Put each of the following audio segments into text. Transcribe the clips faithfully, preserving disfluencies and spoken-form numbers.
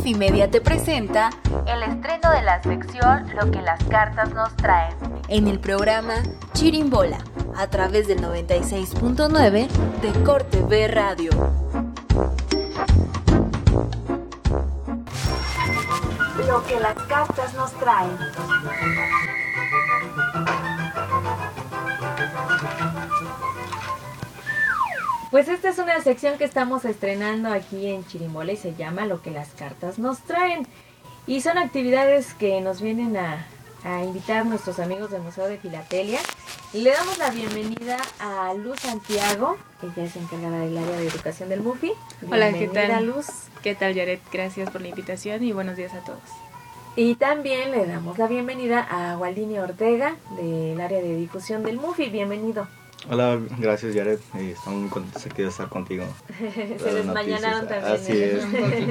Mufi Media te presenta el estreno de la sección Lo que las cartas nos traen en el programa Chirimbola a través del noventa y seis punto nueve de Corte B Radio. Lo que las cartas nos traen. Pues esta es una sección que estamos estrenando aquí en Chirimbola y se llama Lo que las cartas nos traen. Y son actividades que nos vienen a, a invitar nuestros amigos del Museo de Filatelia. Y le damos la bienvenida a Luz Santiago, ella es encargada del área de educación del Mufi. Hola, ¿qué tal? Luz. ¿Qué tal, Yaret? Gracias por la invitación y buenos días a todos. Y también le damos la bienvenida a Waldini Ortega del área de difusión del Mufi. Bienvenido. Hola, gracias Yaret, eh, estamos muy contentos aquí de estar contigo. Se desmañanaron también. Así es.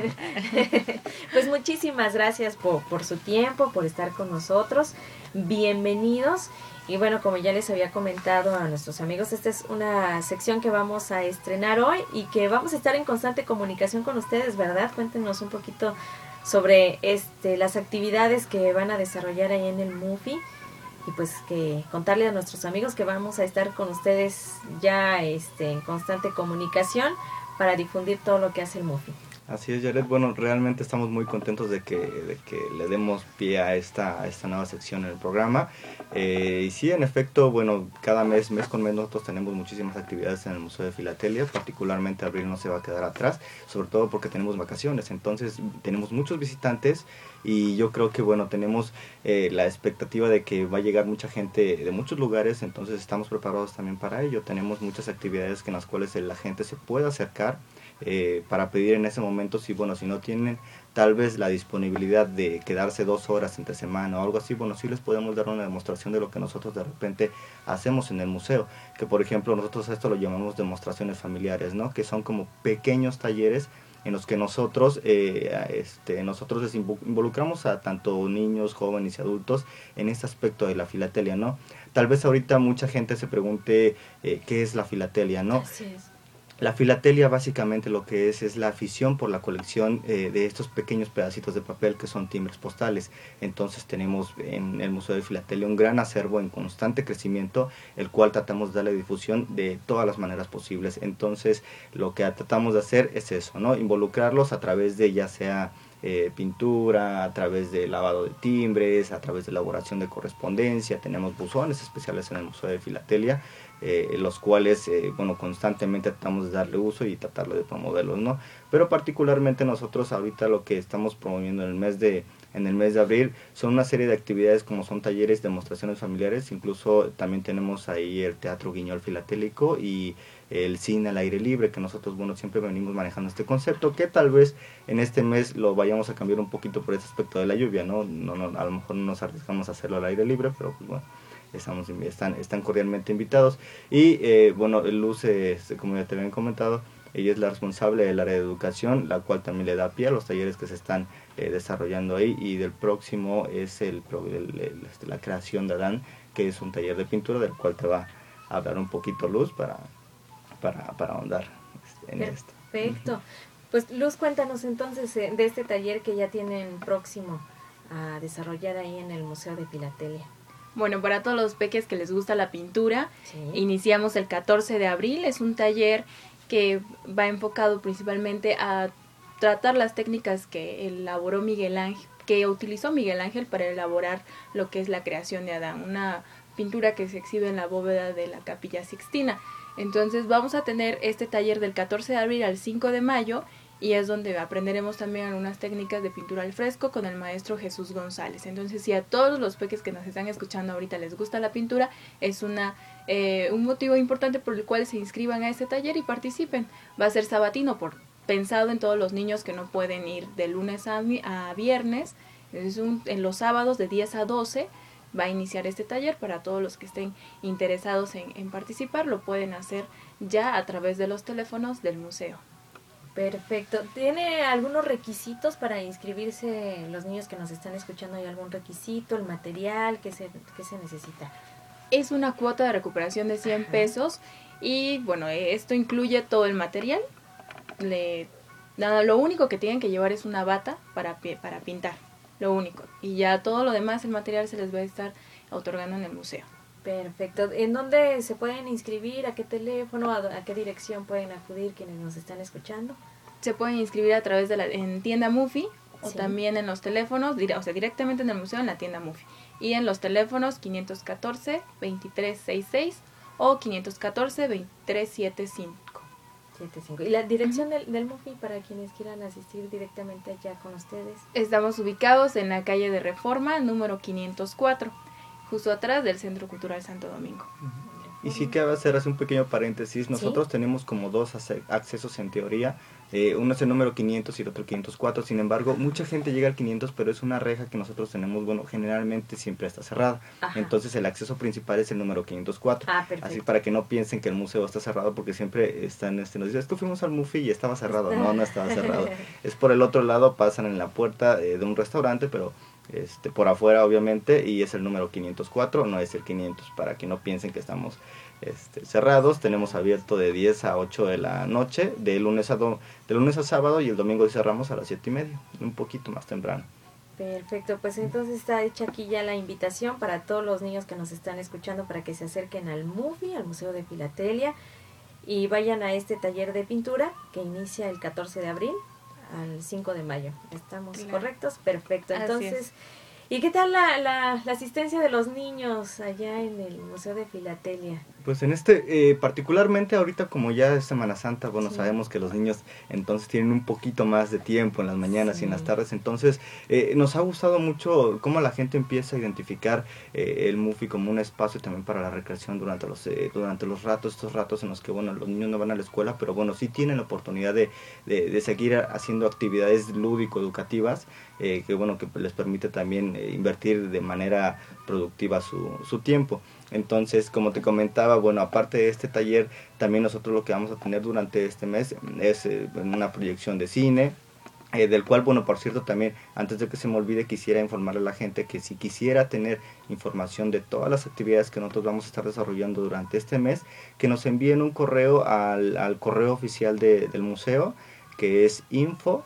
Pues muchísimas gracias por, por su tiempo, por estar con nosotros. Bienvenidos. Y bueno, como ya les había comentado a nuestros amigos, esta es una sección que vamos a estrenar hoy y que vamos a estar en constante comunicación con ustedes, ¿verdad? Cuéntenos un poquito sobre este las actividades que van a desarrollar ahí en el Mufi. Y pues que contarle a nuestros amigos que vamos a estar con ustedes ya este, en constante comunicación para difundir todo lo que hace el Mufi. Así es, Yaret. Bueno, realmente estamos muy contentos de que, de que le demos pie a esta, a esta nueva sección en el programa. Eh, y sí, en efecto, bueno, cada mes, mes con mes nosotros tenemos muchísimas actividades en el Museo de Filatelia, particularmente abril no se va a quedar atrás, sobre todo porque tenemos vacaciones, entonces tenemos muchos visitantes y yo creo que, bueno, tenemos eh, la expectativa de que va a llegar mucha gente de muchos lugares, entonces estamos preparados también para ello. Tenemos muchas actividades en las cuales la gente se puede acercar eh, para pedir en ese momento, si, bueno, si no tienen tal vez la disponibilidad de quedarse dos horas entre semana o algo así, bueno, sí les podemos dar una demostración de lo que nosotros de repente hacemos en el museo, que por ejemplo nosotros a esto lo llamamos demostraciones familiares, ¿no? Que son como pequeños talleres en los que nosotros eh, este, nosotros les involucramos a tanto niños, jóvenes y adultos en este aspecto de la filatelia, ¿no? Tal vez ahorita mucha gente se pregunte eh, ¿qué es la filatelia, no? Así es. La filatelia básicamente lo que es es la afición por la colección eh, de estos pequeños pedacitos de papel que son timbres postales. Entonces tenemos en el Museo de Filatelia un gran acervo en constante crecimiento, el cual tratamos de darle difusión de todas las maneras posibles. Entonces lo que tratamos de hacer es eso, ¿no? Involucrarlos a través de ya sea eh, pintura, a través de lavado de timbres, a través de elaboración de correspondencia. Tenemos buzones especiales en el Museo de Filatelia, Eh, los cuales, eh, bueno, constantemente tratamos de darle uso y tratarlo de promoverlos, ¿no? Pero particularmente nosotros ahorita lo que estamos promoviendo en el mes de en el mes de abril son una serie de actividades como son talleres, demostraciones familiares, incluso también tenemos ahí el Teatro Guiñol Filatélico y el cine al aire libre, que nosotros, bueno, siempre venimos manejando este concepto, que tal vez en este mes lo vayamos a cambiar un poquito por ese aspecto de la lluvia, ¿no? No, no a lo mejor no nos arriesgamos a hacerlo al aire libre, pero pues bueno, Estamos, están, están cordialmente invitados. Y eh, bueno, Luz, eh, como ya te habían comentado, ella es la responsable del área de educación, la cual también le da pie a los talleres que se están eh, desarrollando ahí. Y del próximo es el, el, el, este, la creación de Adán, que es un taller de pintura del cual te va a hablar un poquito Luz para, para, para ahondar en esto. Perfecto. Pues Luz, cuéntanos entonces eh, de este taller que ya tienen próximo a desarrollar ahí en el Museo de Filatelia. Bueno, para todos los peques que les gusta la pintura, Sí. iniciamos el catorce de abril. Es un taller que va enfocado principalmente a tratar las técnicas que elaboró Miguel Ángel, que utilizó Miguel Ángel para elaborar lo que es la creación de Adán, una pintura que se exhibe en la bóveda de la Capilla Sixtina. Entonces vamos a tener este taller del catorce de abril al cinco de mayo y es donde aprenderemos también algunas técnicas de pintura al fresco con el maestro Jesús González. Entonces, si a todos los peques que nos están escuchando ahorita les gusta la pintura, es una eh, un motivo importante por el cual se inscriban a este taller y participen. Va a ser sabatino, por pensado en todos los niños que no pueden ir de lunes a, a viernes. Es un, en los sábados de diez a doce va a iniciar este taller. Para todos los que estén interesados en, en participar, lo pueden hacer ya a través de los teléfonos del museo. Perfecto. ¿Tiene algunos requisitos para inscribirse los niños que nos están escuchando? ¿Hay algún requisito, el material, qué se, qué se necesita? Es una cuota de recuperación de cien pesos y bueno, esto incluye todo el material, le Nada, lo único que tienen que llevar es una bata para, para pintar, lo único. Y ya todo lo demás, el material se les va a estar otorgando en el museo. Perfecto. ¿En dónde se pueden inscribir? ¿A qué teléfono? ¿A, a qué dirección pueden acudir quienes nos están escuchando? Se pueden inscribir a través de la en tienda Mufi o Sí. también en los teléfonos, o sea, directamente en el museo en la tienda Mufi. Y en los teléfonos quinientos catorce, veintitrés sesenta y seis o quinientos catorce, veintitrés setenta y cinco. setenta y cinco. ¿Y la dirección del, del Mufi para quienes quieran asistir directamente allá con ustedes? Estamos ubicados en la calle de Reforma, número quinientos cuatro, justo atrás del Centro Cultural Santo Domingo. Y sí que va a hacer así un pequeño paréntesis. Nosotros ¿Sí? tenemos como dos ace- accesos en teoría. Eh, uno es el número quinientos y el otro el quinientos cuatro. Sin embargo, mucha gente llega al quinientos, pero es una reja que nosotros tenemos, bueno, generalmente siempre está cerrada. Ajá. Entonces el acceso principal es el número quinientos cuatro. Ah, perfecto. Así para que no piensen que el museo está cerrado, porque siempre están, este, nos dicen, es que fuimos al Mufi y estaba cerrado. No, no estaba cerrado. Es por el otro lado, pasan en la puerta eh, de un restaurante, pero este por afuera obviamente, y es el número quinientos cuatro, no es el quinientos, para que no piensen que estamos este, cerrados. Tenemos abierto de diez a ocho de la noche, de lunes a do, de lunes a sábado, y el domingo cerramos a las siete y media, un poquito más temprano. Perfecto, pues entonces está hecha aquí ya la invitación para todos los niños que nos están escuchando para que se acerquen al Mufi, al Museo de Filatelia, y vayan a este taller de pintura que inicia el catorce de abril al cinco de mayo. ¿Estamos Claro. correctos? Perfecto. Así Entonces, es. ¿y qué tal la, la, la asistencia de los niños allá en el Museo de Filatelia? Pues en este, eh, particularmente ahorita como ya es Semana Santa, bueno, Sí. sabemos que los niños entonces tienen un poquito más de tiempo en las mañanas Sí. y en las tardes, entonces eh, nos ha gustado mucho cómo la gente empieza a identificar eh, el Mufi como un espacio también para la recreación durante los eh, durante los ratos, estos ratos en los que, bueno, los niños no van a la escuela, pero bueno, sí tienen la oportunidad de, de, de seguir haciendo actividades lúdico-educativas, eh, que bueno, que les permite también eh, invertir de manera productiva su, su tiempo. Entonces, como te comentaba, bueno, aparte de este taller, también nosotros lo que vamos a tener durante este mes es eh, una proyección de cine, eh, del cual, bueno, por cierto, también, antes de que se me olvide, quisiera informarle a la gente que si quisiera tener información de todas las actividades que nosotros vamos a estar desarrollando durante este mes, que nos envíen un correo al, al correo oficial de, del museo, que es info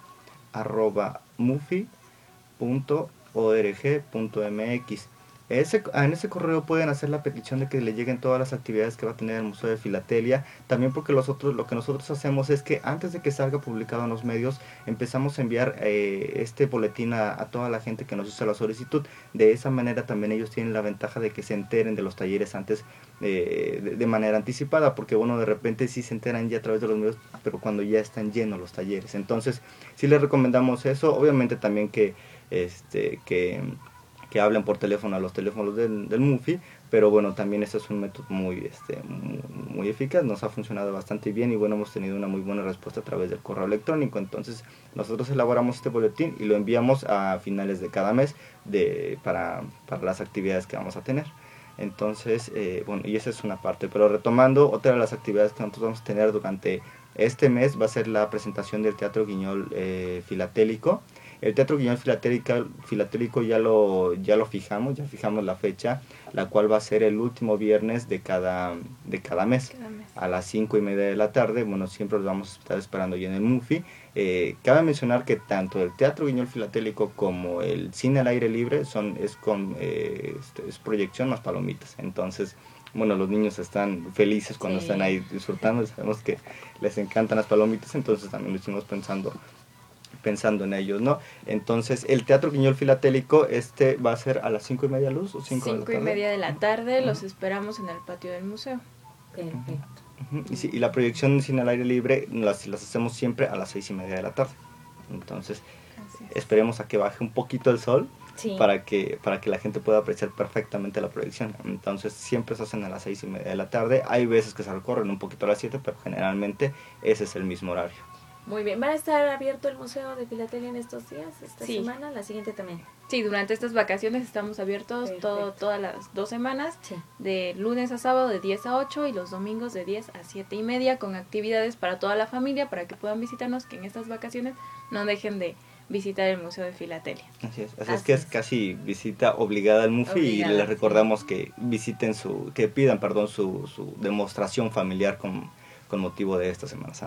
arroba mufi punto org punto mx. Ese, en ese correo pueden hacer la petición de que le lleguen todas las actividades que va a tener el Museo de Filatelia, también porque nosotros, lo que nosotros hacemos es que antes de que salga publicado en los medios, empezamos a enviar eh, este boletín a, a toda la gente que nos hizo la solicitud. De esa manera también ellos tienen la ventaja de que se enteren de los talleres antes eh, de, de manera anticipada, porque bueno, de repente sí se enteran ya a través de los medios, pero cuando ya están llenos los talleres. Entonces sí les recomendamos eso, obviamente también que este que que hablen por teléfono a los teléfonos del, del Mufi, pero bueno, también este es un método muy, este, muy, muy eficaz, nos ha funcionado bastante bien y bueno, hemos tenido una muy buena respuesta a través del correo electrónico. Entonces nosotros elaboramos este boletín y lo enviamos a finales de cada mes de, para, para las actividades que vamos a tener. Entonces, eh, bueno, y esa es una parte, pero retomando, otra de las actividades que nosotros vamos a tener durante este mes va a ser la presentación del Teatro Guiñol eh, Filatélico. El Teatro Guiñol Filatélico, Filatélico ya lo ya lo fijamos, ya fijamos la fecha, la cual va a ser el último viernes de cada de cada mes, Cada mes. a las cinco y media de la tarde. Bueno, siempre los vamos a estar esperando ya en el Mufi. Eh, cabe mencionar que tanto el Teatro Guiñol Filatélico como el cine al aire libre son es con eh, es, es proyección más palomitas. Entonces, bueno, los niños están felices cuando Sí. están ahí disfrutando. Sabemos que les encantan las palomitas, entonces también lo estuvimos pensando pensando en ellos, ¿no? Entonces, el Teatro Guiñol Filatélico, este va a ser a las cinco y media luz o cinco, Cinco de la y tarde. media de la tarde, Ujú. los esperamos en el patio del museo. Perfecto. Ujú. Y, sí, y la proyección de cine al aire libre las, las hacemos siempre a las seis y media de la tarde. Entonces, Así es. esperemos a que baje un poquito el sol Sí. para que para que la gente pueda apreciar perfectamente la proyección. Entonces, siempre se hacen a las seis y media de la tarde. Hay veces que se recorren un poquito a las siete, pero generalmente ese es el mismo horario. Muy bien. ¿Va a estar abierto el Museo de Filatelia en estos días, esta Sí. semana? La siguiente también. Sí, durante estas vacaciones estamos abiertos todo, Perfecto. todas las dos semanas, Sí. de lunes a sábado de diez a ocho y los domingos de diez a siete y media, con actividades para toda la familia, para que puedan visitarnos, que en estas vacaciones no dejen de visitar el Museo de Filatelia. Así es, así, Así es que es es. casi visita obligada al Mufi Obligada, y les sí. recordamos que visiten su, que pidan, perdón, su, su demostración familiar con, con motivo de esta Semana Santa.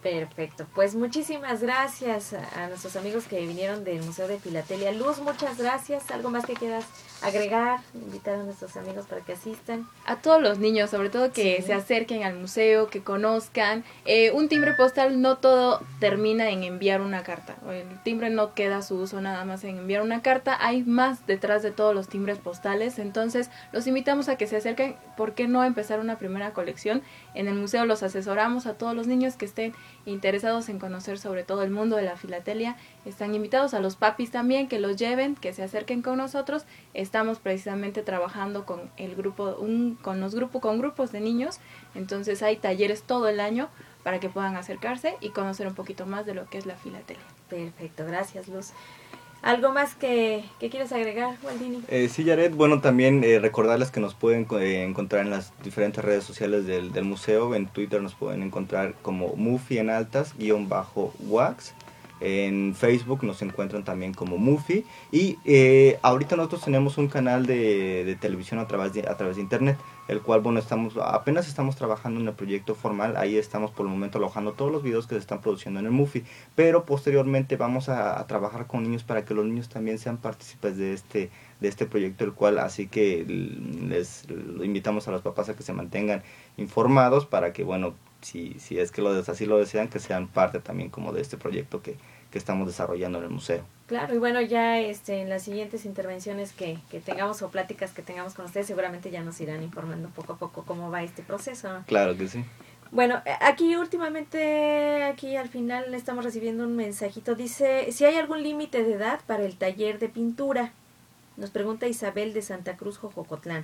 Perfecto, pues muchísimas gracias a, a nuestros amigos que vinieron del Museo de Filatelia. Luz, muchas gracias. ¿Algo más que quieras agregar? Invitar a nuestros amigos para que asistan. A todos los niños, sobre todo que Sí. se acerquen al museo, que conozcan. Eh, un timbre postal no todo termina en enviar una carta. El timbre no queda su uso nada más en enviar una carta. Hay más detrás de todos los timbres postales. Entonces, los invitamos a que se acerquen. ¿Por qué no empezar una primera colección? En el museo los asesoramos a todos los niños que estén interesados en conocer sobre todo el mundo de la filatelia. Están invitados, a los papis también, que los lleven, que se acerquen con nosotros. Estamos precisamente trabajando con el grupo, un, con los grupos, con grupos de niños. Entonces hay talleres todo el año para que puedan acercarse y conocer un poquito más de lo que es la filatelia. Perfecto, gracias, Luz. ¿Algo más que, que quieras agregar, Waldini? Eh, sí, Yaret, bueno, también eh, recordarles que nos pueden eh, encontrar en las diferentes redes sociales del, del museo. En Twitter nos pueden encontrar como Mufi en altas, guión bajo Wax. En Facebook nos encuentran también como Mufi. Y eh, ahorita nosotros tenemos un canal de, de televisión a través de, a través de internet, el cual, bueno, estamos apenas estamos trabajando en el proyecto formal. Ahí estamos por el momento alojando todos los videos que se están produciendo en el Mufi, pero posteriormente vamos a, a trabajar con niños para que los niños también sean partícipes de este de este proyecto, el cual así que les invitamos a los papás a que se mantengan informados para que, bueno, si si es que lo así lo desean, que sean parte también como de este proyecto que, que estamos desarrollando en el museo. Claro, y bueno, ya este en las siguientes intervenciones que, que tengamos o pláticas que tengamos con ustedes, seguramente ya nos irán informando poco a poco cómo va este proceso, ¿no? Claro que sí. Bueno, aquí últimamente, aquí al final estamos recibiendo un mensajito. Dice, si hay algún límite de edad para el taller de pintura. Nos pregunta Isabel de Santa Cruz, Jojocotlán.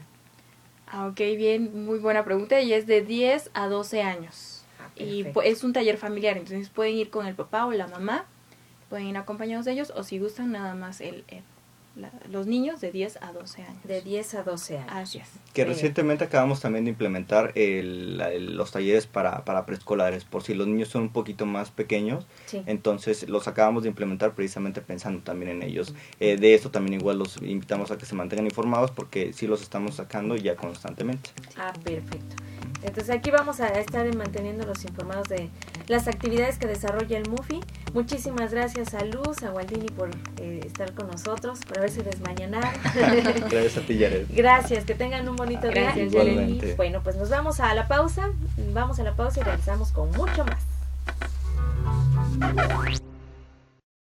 Ah, ok, bien, muy buena pregunta. Y es de diez a doce años. Ah, Y perfecto. es un taller familiar, entonces pueden ir con el papá o la mamá, pueden ir acompañados de ellos, o si gustan nada más el, el- la- los niños de diez a doce años. De diez a doce años. Así es. Que Bien. recientemente acabamos también de implementar el, el- los talleres para, para preescolares, por si los niños son un poquito más pequeños, Sí. entonces los acabamos de implementar precisamente pensando también en ellos. Eh, de esto también igual los invitamos a que se mantengan informados porque sí los estamos sacando ya constantemente. Ah, perfecto. Entonces aquí vamos a estar manteniéndolos informados de las actividades que desarrolla el Mufi. Muchísimas gracias a Luz, a Waldini por eh, estar con nosotros, por haberse desmañanado. Gracias a ti, Yaret. Gracias, que tengan un bonito día. Gracias, Igualmente. Bueno, pues nos vamos a la pausa, vamos a la pausa y regresamos con mucho más.